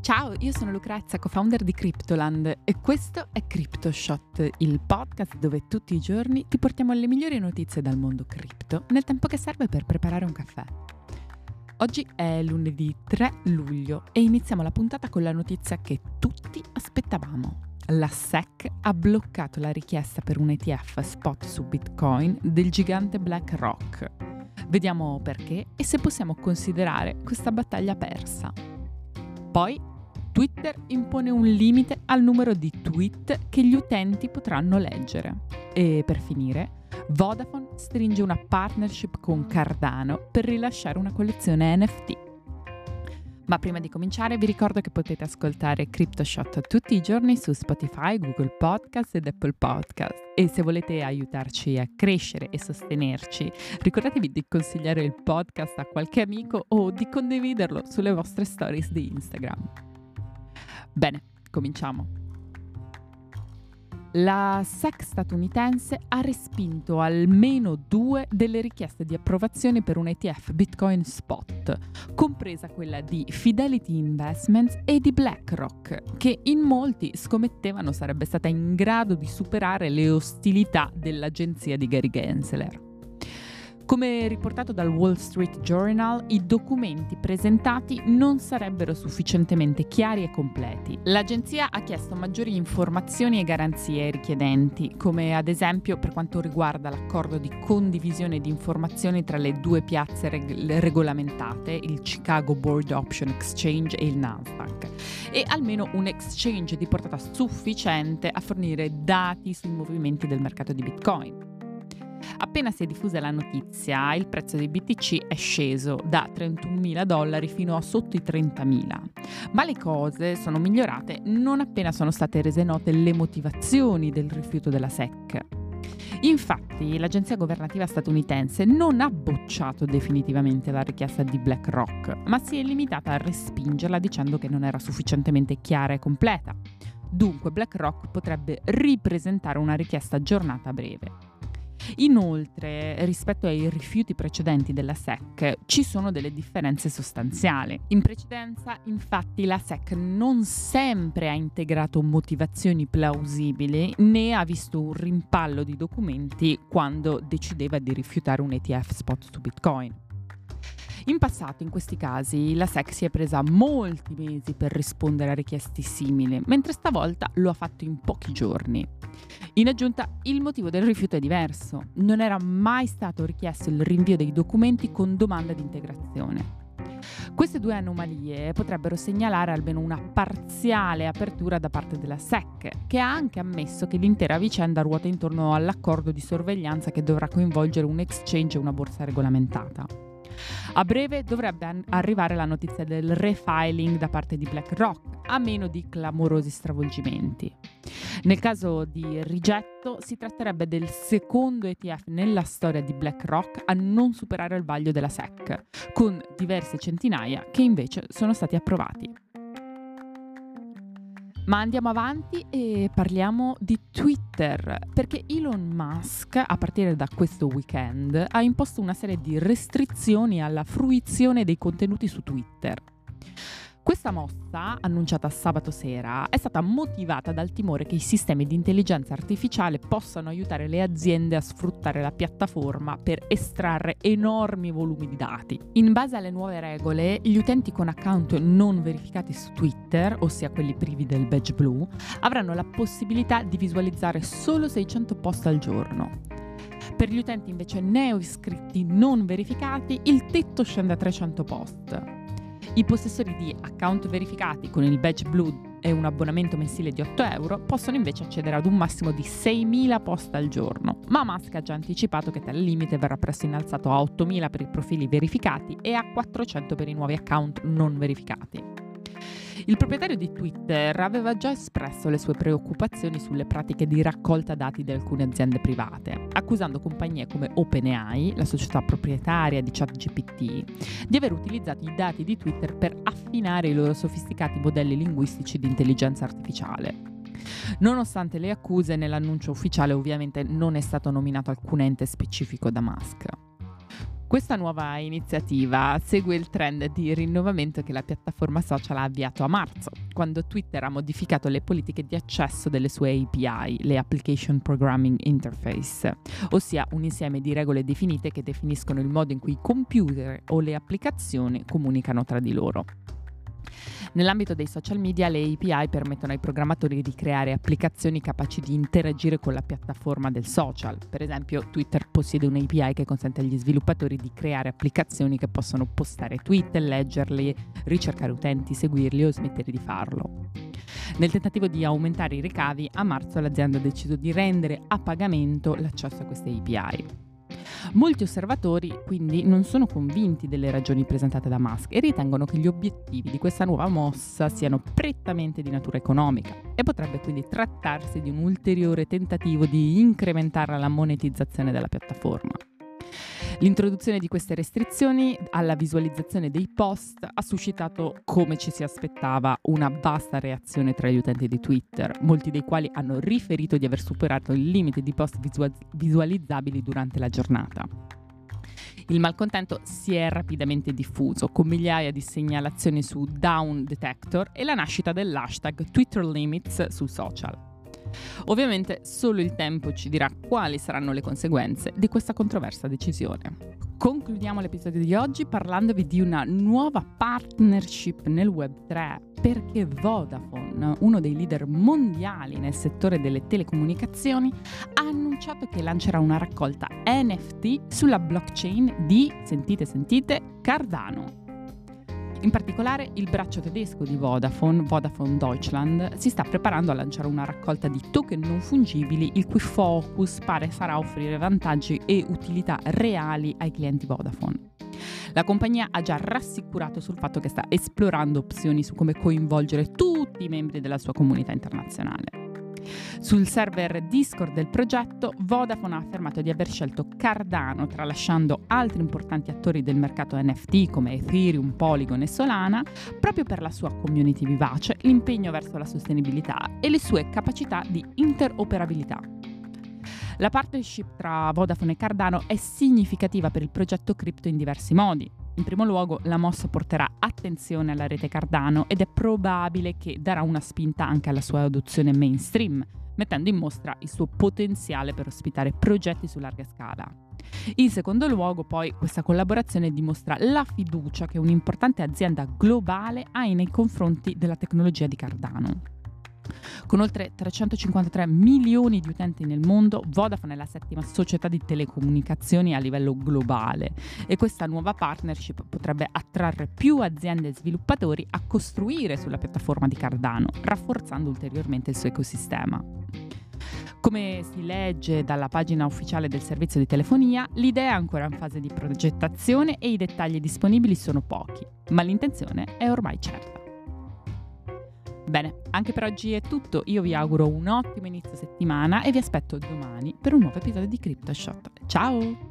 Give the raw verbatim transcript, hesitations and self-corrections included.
Ciao, io sono Lucrezia, co-founder di Cryptoland e questo è CryptoShot, il podcast dove tutti i giorni ti portiamo le migliori notizie dal mondo cripto nel tempo che serve per preparare un caffè. Oggi è lunedì tre luglio e iniziamo la puntata con la notizia che tutti aspettavamo. La S E C ha bloccato la richiesta per un E T F spot su Bitcoin del gigante BlackRock. Vediamo perché e se possiamo considerare questa battaglia persa. Poi Twitter impone un limite al numero di tweet che gli utenti potranno leggere. E per finire, Vodafone stringe una partnership con Cardano per rilasciare una collezione N F T. Ma prima di cominciare vi ricordo che potete ascoltare CryptoShot tutti i giorni su Spotify, Google Podcast ed Apple Podcast. E se volete aiutarci a crescere e sostenerci, ricordatevi di consigliare il podcast a qualche amico o di condividerlo sulle vostre stories di Instagram. Bene, cominciamo. La S E C statunitense ha respinto almeno due delle richieste di approvazione per un E T F Bitcoin Spot, compresa quella di Fidelity Investments e di BlackRock, che in molti scommettevano sarebbe stata in grado di superare le ostilità dell'agenzia di Gary Gensler. Come riportato dal Wall Street Journal, i documenti presentati non sarebbero sufficientemente chiari e completi. L'agenzia ha chiesto maggiori informazioni e garanzie ai richiedenti, come ad esempio per quanto riguarda l'accordo di condivisione di informazioni tra le due piazze reg- regolamentate, il Chicago Board Option Exchange e il Nasdaq, e almeno un exchange di portata sufficiente a fornire dati sui movimenti del mercato di Bitcoin. Appena si è diffusa la notizia, il prezzo di B T C è sceso da trentunomila dollari fino a sotto i trentamila. Ma le cose sono migliorate non appena sono state rese note le motivazioni del rifiuto della S E C. Infatti, l'agenzia governativa statunitense non ha bocciato definitivamente la richiesta di BlackRock, ma si è limitata a respingerla dicendo che non era sufficientemente chiara e completa. Dunque, BlackRock potrebbe ripresentare una richiesta aggiornata a breve. Inoltre, rispetto ai rifiuti precedenti della S E C, ci sono delle differenze sostanziali. In precedenza, infatti, la S E C non sempre ha integrato motivazioni plausibili né ha visto un rimpallo di documenti quando decideva di rifiutare un E T F spot su Bitcoin. In passato, in questi casi, la S E C si è presa molti mesi per rispondere a richieste simili, mentre stavolta lo ha fatto in pochi giorni. In aggiunta, il motivo del rifiuto è diverso. Non era mai stato richiesto il rinvio dei documenti con domanda di integrazione. Queste due anomalie potrebbero segnalare almeno una parziale apertura da parte della S E C, che ha anche ammesso che l'intera vicenda ruota intorno all'accordo di sorveglianza che dovrà coinvolgere un exchange e una borsa regolamentata. A breve dovrebbe an- arrivare la notizia del refiling da parte di BlackRock, a meno di clamorosi stravolgimenti. Nel caso di rigetto, si tratterebbe del secondo E T F nella storia di BlackRock a non superare il vaglio della S E C, con diverse centinaia che invece sono stati approvati. Ma andiamo avanti e parliamo di Twitter, perché Elon Musk, a partire da questo weekend, ha imposto una serie di restrizioni alla fruizione dei contenuti su Twitter. Questa mossa, annunciata sabato sera, è stata motivata dal timore che i sistemi di intelligenza artificiale possano aiutare le aziende a sfruttare la piattaforma per estrarre enormi volumi di dati. In base alle nuove regole, gli utenti con account non verificati su Twitter, ossia quelli privi del badge blu, avranno la possibilità di visualizzare solo seicento post al giorno. Per gli utenti invece neoiscritti non verificati, il tetto scende a trecento post. I possessori di account verificati con il badge blu e un abbonamento mensile di otto euro possono invece accedere ad un massimo di seimila post al giorno, ma Musk ha già anticipato che tale limite verrà presto innalzato a ottomila per i profili verificati e a quattrocento per i nuovi account non verificati. Il proprietario di Twitter aveva già espresso le sue preoccupazioni sulle pratiche di raccolta dati di alcune aziende private, accusando compagnie come OpenAI, la società proprietaria di ChatGPT, di aver utilizzato i dati di Twitter per affinare i loro sofisticati modelli linguistici di intelligenza artificiale. Nonostante le accuse, nell'annuncio ufficiale ovviamente non è stato nominato alcun ente specifico da Musk. Questa nuova iniziativa segue il trend di rinnovamento che la piattaforma social ha avviato a marzo, quando Twitter ha modificato le politiche di accesso delle sue A P I, le Application Programming Interface, ossia un insieme di regole definite che definiscono il modo in cui i computer o le applicazioni comunicano tra di loro. Nell'ambito dei social media, le A P I permettono ai programmatori di creare applicazioni capaci di interagire con la piattaforma del social. Per esempio, Twitter possiede un'A P I che consente agli sviluppatori di creare applicazioni che possono postare tweet, leggerli, ricercare utenti, seguirli o smettere di farlo. Nel tentativo di aumentare i ricavi, a marzo l'azienda ha deciso di rendere a pagamento l'accesso a queste A P I. Molti osservatori quindi non sono convinti delle ragioni presentate da Musk e ritengono che gli obiettivi di questa nuova mossa siano prettamente di natura economica e potrebbe quindi trattarsi di un ulteriore tentativo di incrementare la monetizzazione della piattaforma. L'introduzione di queste restrizioni alla visualizzazione dei post ha suscitato, come ci si aspettava, una vasta reazione tra gli utenti di Twitter, molti dei quali hanno riferito di aver superato il limite di post visual- visualizzabili durante la giornata. Il malcontento si è rapidamente diffuso, con migliaia di segnalazioni su Down Detector e la nascita dell'hashtag Twitter Limits sul social. Ovviamente solo il tempo ci dirà quali saranno le conseguenze di questa controversa decisione. Concludiamo l'episodio di oggi parlandovi di una nuova partnership nel web tre, perché Vodafone, uno dei leader mondiali nel settore delle telecomunicazioni, ha annunciato che lancerà una raccolta N F T sulla blockchain di, sentite sentite, Cardano. In particolare, il braccio tedesco di Vodafone, Vodafone Deutschland, si sta preparando a lanciare una raccolta di token non fungibili il cui focus pare sarà offrire vantaggi e utilità reali ai clienti Vodafone. La compagnia ha già rassicurato sul fatto che sta esplorando opzioni su come coinvolgere tutti i membri della sua comunità internazionale. Sul server Discord del progetto, Vodafone ha affermato di aver scelto Cardano, tralasciando altri importanti attori del mercato N F T come Ethereum, Polygon e Solana, proprio per la sua community vivace, l'impegno verso la sostenibilità e le sue capacità di interoperabilità. La partnership tra Vodafone e Cardano è significativa per il progetto cripto in diversi modi. In primo luogo, la mossa porterà attenzione alla rete Cardano ed è probabile che darà una spinta anche alla sua adozione mainstream, mettendo in mostra il suo potenziale per ospitare progetti su larga scala. In secondo luogo, poi, questa collaborazione dimostra la fiducia che un'importante azienda globale ha nei confronti della tecnologia di Cardano. Con oltre trecentocinquantatré milioni di utenti nel mondo, Vodafone è la settima società di telecomunicazioni a livello globale e questa nuova partnership potrebbe attrarre più aziende e sviluppatori a costruire sulla piattaforma di Cardano, rafforzando ulteriormente il suo ecosistema. Come si legge dalla pagina ufficiale del servizio di telefonia, l'idea è ancora in fase di progettazione e i dettagli disponibili sono pochi, ma l'intenzione è ormai certa. Bene, anche per oggi è tutto. Io vi auguro un ottimo inizio settimana e vi aspetto domani per un nuovo episodio di CryptoShot. Ciao!